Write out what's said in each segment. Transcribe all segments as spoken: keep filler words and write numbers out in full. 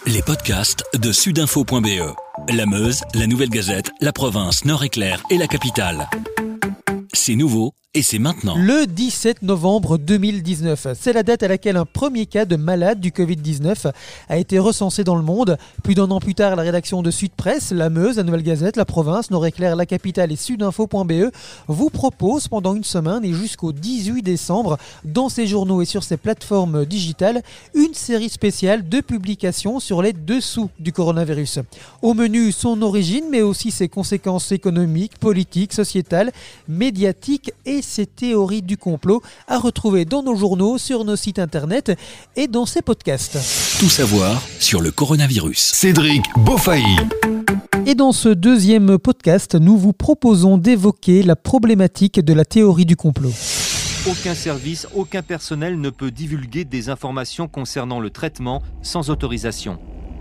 Les podcasts de sudinfo point b e. La Meuse, la Nouvelle Gazette, la Province, Nord-Éclair et la Capitale. C'est nouveau et c'est maintenant. Le dix-sept novembre deux mille dix-neuf, c'est la date à laquelle un premier cas de malade du covid dix-neuf a été recensé dans le monde. Plus d'un an plus tard, la rédaction de Sud Presse, la Meuse, la Nouvelle Gazette, la Province, Nord-Éclair, la Capitale et sudinfo point b e vous propose pendant une semaine et jusqu'au dix-huit décembre, dans ces journaux et sur ces plateformes digitales, une série spéciale de publications sur les dessous du coronavirus. Au menu, son origine, mais aussi ses conséquences économiques, politiques, sociétales, médiatiques et ses théories du complot à retrouver dans nos journaux, sur nos sites internet et dans ces podcasts. Tout savoir sur le coronavirus. Cédric Beaufailly. Et dans ce deuxième podcast, nous vous proposons d'évoquer la problématique de la théorie du complot. Aucun service, aucun personnel ne peut divulguer des informations concernant le traitement sans autorisation.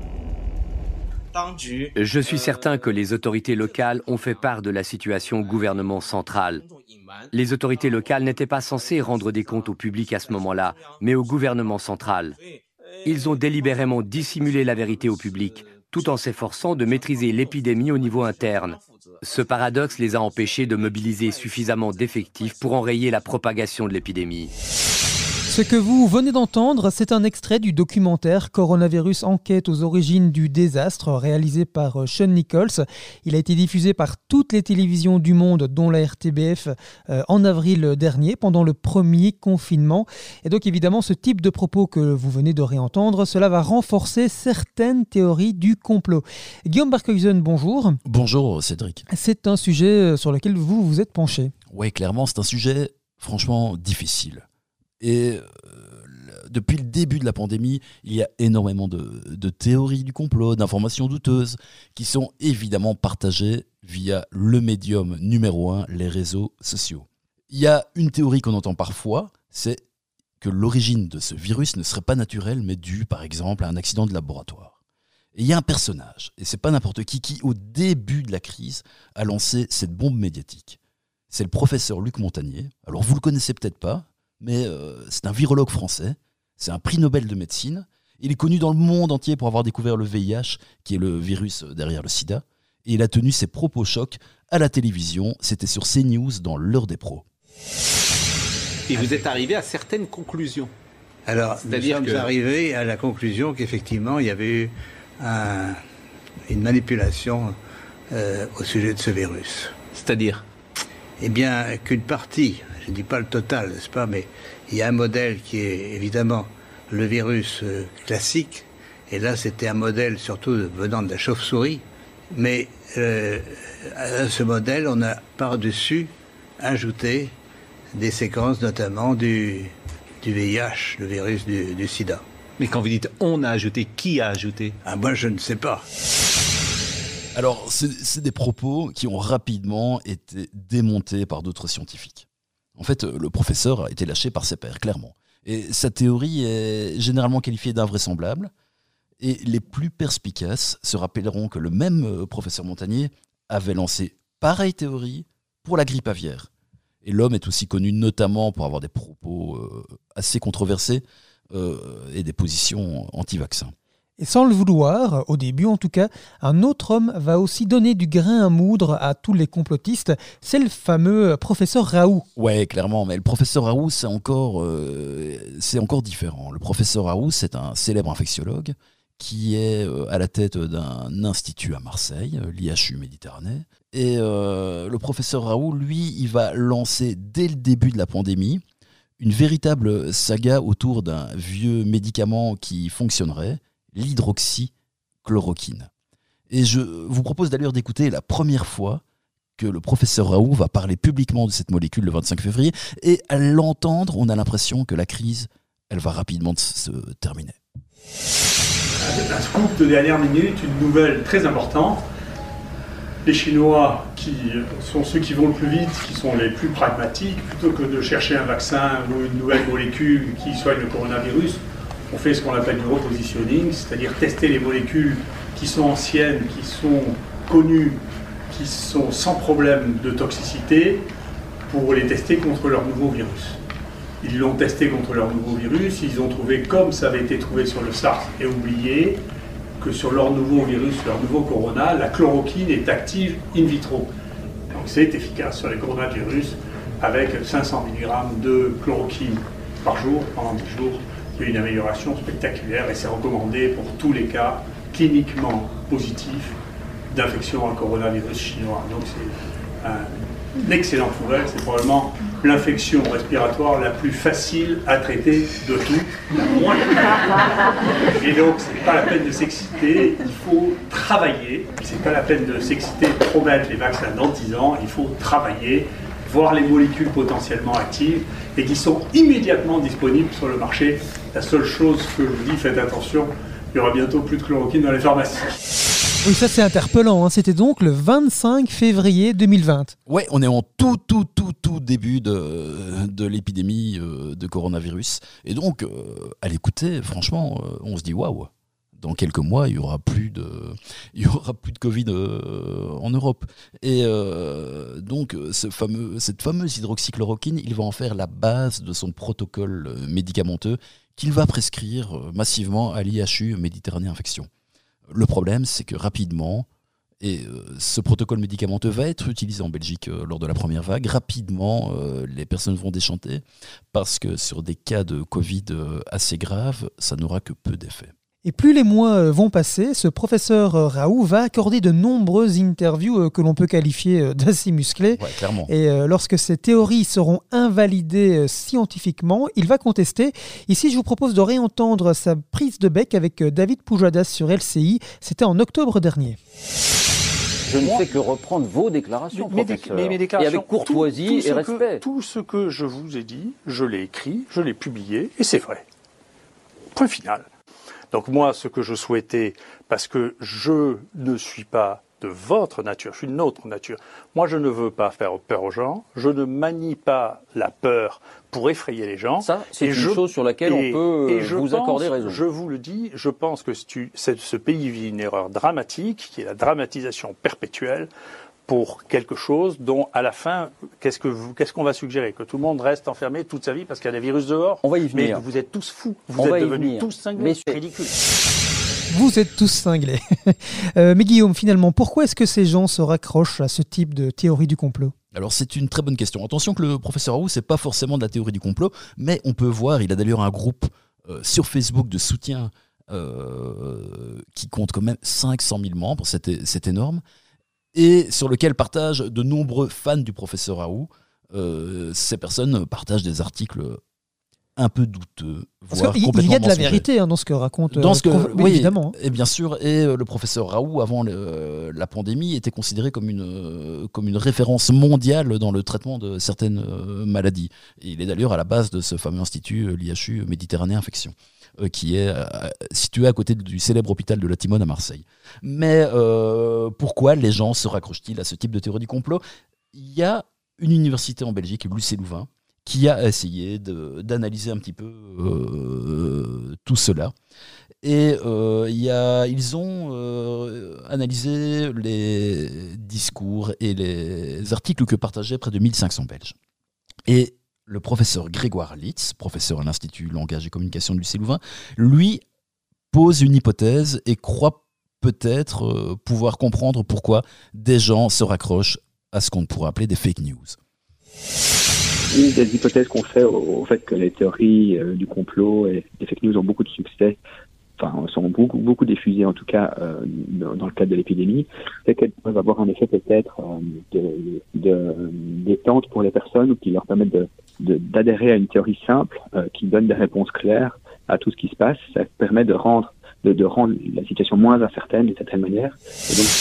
Je suis certain que les autorités locales ont fait part de la situation au gouvernement central. Les autorités locales n'étaient pas censées rendre des comptes au public à ce moment-là, mais au gouvernement central. Ils ont délibérément dissimulé la vérité au public, tout en s'efforçant de maîtriser l'épidémie au niveau interne. Ce paradoxe les a empêchés de mobiliser suffisamment d'effectifs pour enrayer la propagation de l'épidémie. Ce que vous venez d'entendre, c'est un extrait du documentaire Coronavirus enquête aux origines du désastre, réalisé par Sean Nichols. Il a été diffusé par toutes les télévisions du monde, dont la R T B F, euh, en avril dernier, pendant le premier confinement. Et donc évidemment, ce type de propos que vous venez de réentendre, cela va renforcer certaines théories du complot. Guillaume Barkhuizen, bonjour. Bonjour Cédric. C'est un sujet sur lequel vous vous êtes penché. Oui, clairement, c'est un sujet franchement difficile. Et euh, depuis le début de la pandémie, il y a énormément de, de théories du complot, d'informations douteuses, qui sont évidemment partagées via le médium numéro un, les réseaux sociaux. Il y a une théorie qu'on entend parfois, c'est que l'origine de ce virus ne serait pas naturelle, mais due par exemple à un accident de laboratoire. Et il y a un personnage, et c'est pas n'importe qui, qui au début de la crise a lancé cette bombe médiatique. C'est le professeur Luc Montagnier. Alors vous le connaissez peut-être pas, mais euh, c'est un virologue français, c'est un prix Nobel de médecine. Il est connu dans le monde entier pour avoir découvert le V I H, qui est le virus derrière le sida. Et il a tenu ses propos chocs à la télévision, c'était sur CNews dans l'heure des pros. Et vous êtes arrivé à certaines conclusions. Alors, C'est-à-dire nous sommes que... arrivés à la conclusion qu'effectivement, il y avait eu un, une manipulation euh, au sujet de ce virus. C'est-à-dire ? Eh bien, qu'une partie... Je ne dis pas le total, n'est-ce pas, mais il y a un modèle qui est évidemment le virus euh, classique, et là c'était un modèle surtout venant de la chauve-souris, mais euh, à ce modèle on a par-dessus ajouté des séquences notamment du, du V I H, le virus du, du sida. Mais quand vous dites on a ajouté, qui a ajouté ? Ah, moi je ne sais pas. Alors c'est, c'est des propos qui ont rapidement été démontés par d'autres scientifiques. En fait, le professeur a été lâché par ses pairs, clairement. Et sa théorie est généralement qualifiée d'invraisemblable. Et les plus perspicaces se rappelleront que le même professeur Montagnier avait lancé pareille théorie pour la grippe aviaire. Et l'homme est aussi connu notamment pour avoir des propos euh, assez controversés euh, et des positions anti-vaccins. Et sans le vouloir, au début en tout cas, un autre homme va aussi donner du grain à moudre à tous les complotistes. C'est le fameux professeur Raoult. Ouais, clairement, mais le professeur Raoult, c'est encore, euh, c'est encore différent. Le professeur Raoult, c'est un célèbre infectiologue qui est euh, à la tête d'un institut à Marseille, l'I H U Méditerranée. Et euh, le professeur Raoult, lui, il va lancer dès le début de la pandémie une véritable saga autour d'un vieux médicament qui fonctionnerait, l'hydroxychloroquine. Et je vous propose d'ailleurs d'écouter la première fois que le professeur Raoult va parler publiquement de cette molécule le vingt-cinq février, et à l'entendre, on a l'impression que la crise, elle va rapidement se terminer. Un scoop de dernière minute, une nouvelle très importante. Les Chinois, qui sont ceux qui vont le plus vite, qui sont les plus pragmatiques, plutôt que de chercher un vaccin ou une nouvelle molécule qui soigne le coronavirus, on fait ce qu'on appelle du repositioning, c'est-à-dire tester les molécules qui sont anciennes, qui sont connues, qui sont sans problème de toxicité, pour les tester contre leur nouveau virus. Ils l'ont testé contre leur nouveau virus, ils ont trouvé, comme ça avait été trouvé sur le SARS et oublié, que sur leur nouveau virus, leur nouveau corona, la chloroquine est active in vitro. Donc c'est efficace sur les coronavirus avec cinq cents milligrammes de chloroquine par jour pendant dix jours. Il y a une amélioration spectaculaire et c'est recommandé pour tous les cas cliniquement positifs d'infection à coronavirus chinois. Donc c'est un, une excellente nouvelle, c'est probablement l'infection respiratoire la plus facile à traiter de tout, la moins. Et donc c'est pas la peine de s'exciter, il faut travailler. C'est pas la peine de s'exciter, de promettre les vaccins dans dix ans, il faut travailler, voir les molécules potentiellement actives et qui sont immédiatement disponibles sur le marché. La seule chose que je vous dis, faites attention, il y aura bientôt plus de chloroquine dans les pharmacies. Oui, ça c'est interpellant, hein. C'était donc le vingt-cinq février deux mille vingt. Ouais, on est en tout, tout, tout, tout début de, de l'épidémie de coronavirus. Et donc, euh, à l'écouter, franchement, euh, on se dit waouh, dans quelques mois, il y aura plus de, il y aura plus de Covid euh, en Europe. Et euh, donc, ce fameux, cette fameuse hydroxychloroquine, il va en faire la base de son protocole médicamenteux qu'il va prescrire massivement à l'I H U Méditerranée Infection. Le problème, c'est que rapidement, et euh, ce protocole médicamenteux va être utilisé en Belgique euh, lors de la première vague, rapidement, euh, les personnes vont déchanter parce que sur des cas de Covid euh, assez graves, ça n'aura que peu d'effet. Et plus les mois vont passer, ce professeur Raoult va accorder de nombreuses interviews que l'on peut qualifier d'assez musclées. Ouais, clairement. Et lorsque ces théories seront invalidées scientifiquement, il va contester. Ici, je vous propose de réentendre sa prise de bec avec David Poujadas sur L C I. C'était en octobre dernier. Je ne fais que reprendre vos déclarations, mes professeur, mes, mes déclarations, et avec courtoisie tout, tout et respect. Que, tout ce que je vous ai dit, je l'ai écrit, je l'ai publié, et c'est vrai. Point final. Donc moi, ce que je souhaitais, parce que je ne suis pas de votre nature, je suis de notre nature. Moi, je ne veux pas faire peur aux gens, je ne manie pas la peur pour effrayer les gens. Ça, c'est et une je, chose sur laquelle et, on peut et je vous pense, accorder raison. Je vous le dis, je pense que tu, ce pays vit une erreur dramatique, qui est la dramatisation perpétuelle, pour quelque chose dont, à la fin, qu'est-ce que vous, qu'est-ce qu'on va suggérer? Que tout le monde reste enfermé toute sa vie parce qu'il y a des virus dehors? On va y venir. Mais vous êtes tous fous. Vous On êtes devenus tous cinglés. C'est ridicule. Vous êtes tous cinglés. euh, mais Guillaume, finalement, pourquoi est-ce que ces gens se raccrochent à ce type de théorie du complot? Alors c'est une très bonne question. Attention que le professeur Raoult, c'est pas forcément de la théorie du complot, mais on peut voir, il a d'ailleurs un groupe euh, sur Facebook de soutien euh, qui compte quand même cinq cent mille membres, c'est, c'est énorme, et sur lequel partagent de nombreux fans du professeur Raoult. Euh, ces personnes partagent des articles un peu douteux, voire il, complètement il y a de la mensongers. vérité hein, dans ce que raconte dans ce que, prof... oui, oui, évidemment. Et bien sûr, et euh, le professeur Raoult, avant le, la pandémie, était considéré comme une, euh, comme une référence mondiale dans le traitement de certaines euh, maladies. Et il est d'ailleurs à la base de ce fameux institut, euh, l'I H U Méditerranée Infection, euh, qui est euh, situé à côté du célèbre hôpital de la Timone à Marseille. Mais euh, pourquoi les gens se raccrochent-ils à ce type de théorie du complot? Il y a une université en Belgique, l'U C Louvain, qui a essayé de, d'analyser un petit peu euh, tout cela. Et euh, y a, ils ont euh, analysé les discours et les articles que partageaient près de mille cinq cents Belges. Et le professeur Grégoire Litz, professeur à l'Institut Langage et Communication de l'U C Louvain, lui pose une hypothèse et croit peut-être euh, pouvoir comprendre pourquoi des gens se raccrochent à ce qu'on pourrait appeler des fake news. Une des hypothèses qu'on fait au, au fait que les théories euh, du complot et les fake news ont beaucoup de succès, enfin sont beaucoup, beaucoup diffusées en tout cas euh, dans, dans le cadre de l'épidémie, c'est qu'elles peuvent avoir un effet peut-être euh, de, de détente pour les personnes ou qui leur permettent de, de, d'adhérer à une théorie simple euh, qui donne des réponses claires à tout ce qui se passe. Ça permet de rendre, de, de rendre la situation moins incertaine d'une certaine manière. Et donc,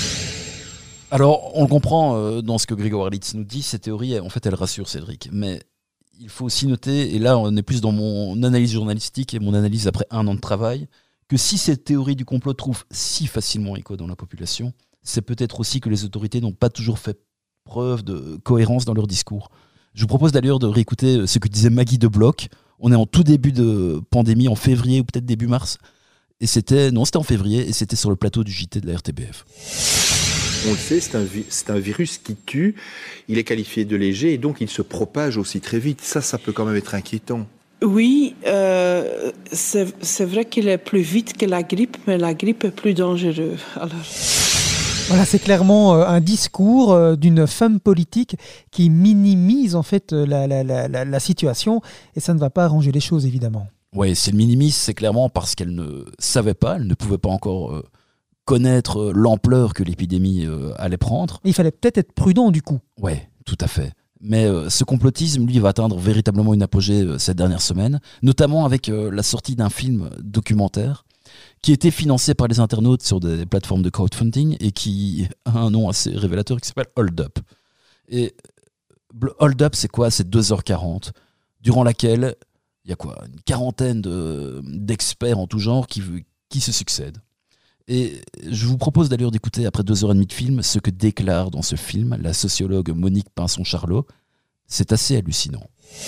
alors, on le comprend euh, dans ce que Grégoire Litz nous dit, ces théories, en fait, elles rassurent Cédric. Mais il faut aussi noter, et là, on est plus dans mon analyse journalistique et mon analyse après un an de travail, que si cette théorie du complot trouve si facilement écho dans la population, c'est peut-être aussi que les autorités n'ont pas toujours fait preuve de cohérence dans leur discours. Je vous propose d'ailleurs de réécouter ce que disait Maggie de Bloch. On est en tout début de pandémie, en février ou peut-être début mars. Et c'était, non, c'était en février, et c'était sur le plateau du J T de la R T B F. On le sait, c'est un, vi- c'est un virus qui tue, il est qualifié de léger et donc il se propage aussi très vite. Ça, ça peut quand même être inquiétant. Oui, euh, c'est, c'est vrai qu'il est plus vite que la grippe, mais la grippe est plus dangereuse. Alors... Voilà, c'est clairement euh, un discours euh, d'une femme politique qui minimise en fait la, la, la, la, la situation, et ça ne va pas arranger les choses évidemment. Oui, si elle minimise, c'est clairement parce qu'elle ne savait pas, elle ne pouvait pas encore euh, connaître l'ampleur que l'épidémie euh, allait prendre. Il fallait peut-être être prudent du coup. Oui, tout à fait. Mais euh, ce complotisme, lui, va atteindre véritablement une apogée euh, cette dernière semaine, notamment avec euh, la sortie d'un film documentaire qui était financé par les internautes sur des plateformes de crowdfunding et qui a un nom assez révélateur qui s'appelle Hold Up. Et Hold Up, c'est quoi ? C'est deux heures quarante, durant laquelle il y a quoi ? Une quarantaine de, d'experts en tout genre qui, qui se succèdent. Et je vous propose d'ailleurs d'écouter, après deux heures et demie de film, ce que déclare dans ce film la sociologue Monique Pinson-Charlot. C'est assez hallucinant.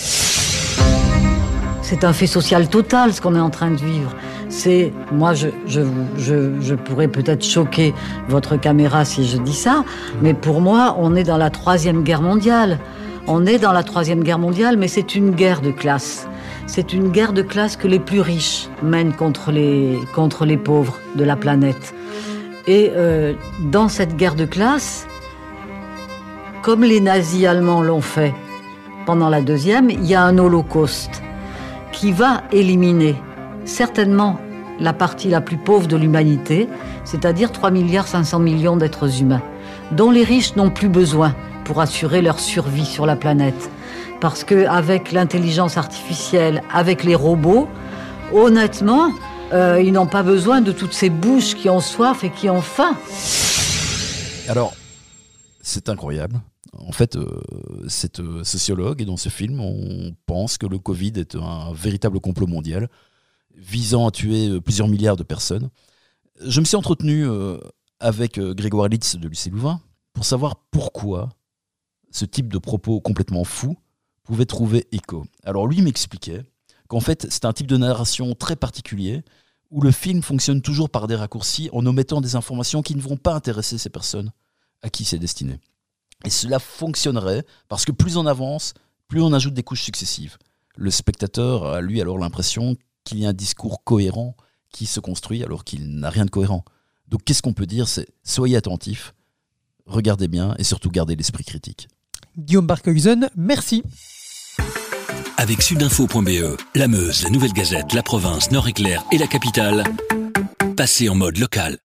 C'est un fait social total, ce qu'on est en train de vivre. C'est, moi, je, je, je, je pourrais peut-être choquer votre caméra si je dis ça, mais pour moi, on est dans la Troisième Guerre mondiale. On est dans la Troisième Guerre mondiale, mais c'est une guerre de classe. C'est une guerre de classe que les plus riches mènent contre les, contre les pauvres de la planète. Et euh, dans cette guerre de classe, comme les nazis allemands l'ont fait pendant la deuxième, il y a un holocauste qui va éliminer certainement la partie la plus pauvre de l'humanité, c'est-à-dire trois milliards cinq cents millions d'êtres humains, dont les riches n'ont plus besoin pour assurer leur survie sur la planète. Parce qu'avec l'intelligence artificielle, avec les robots, honnêtement, euh, ils n'ont pas besoin de toutes ces bouches qui ont soif et qui ont faim. Alors, c'est incroyable. En fait, euh, cette euh, sociologue, et dans ce film, on pense que le Covid est un véritable complot mondial visant à tuer euh, plusieurs milliards de personnes. Je me suis entretenu euh, avec euh, Grégoire Litz de l'U C Louvain pour savoir pourquoi ce type de propos complètement fou pouvait trouver écho. Alors lui m'expliquait qu'en fait c'est un type de narration très particulier où le film fonctionne toujours par des raccourcis en omettant des informations qui ne vont pas intéresser ces personnes à qui c'est destiné. Et cela fonctionnerait parce que plus on avance, plus on ajoute des couches successives. Le spectateur a lui alors l'impression qu'il y a un discours cohérent qui se construit alors qu'il n'a rien de cohérent. Donc qu'est-ce qu'on peut dire ? C'est soyez attentifs, regardez bien et surtout gardez l'esprit critique. Guillaume Barkhuysen, merci. Avec sudinfo point b e, la Meuse, la Nouvelle Gazette, la Province, Nord-Éclair et la Capitale, passez en mode local.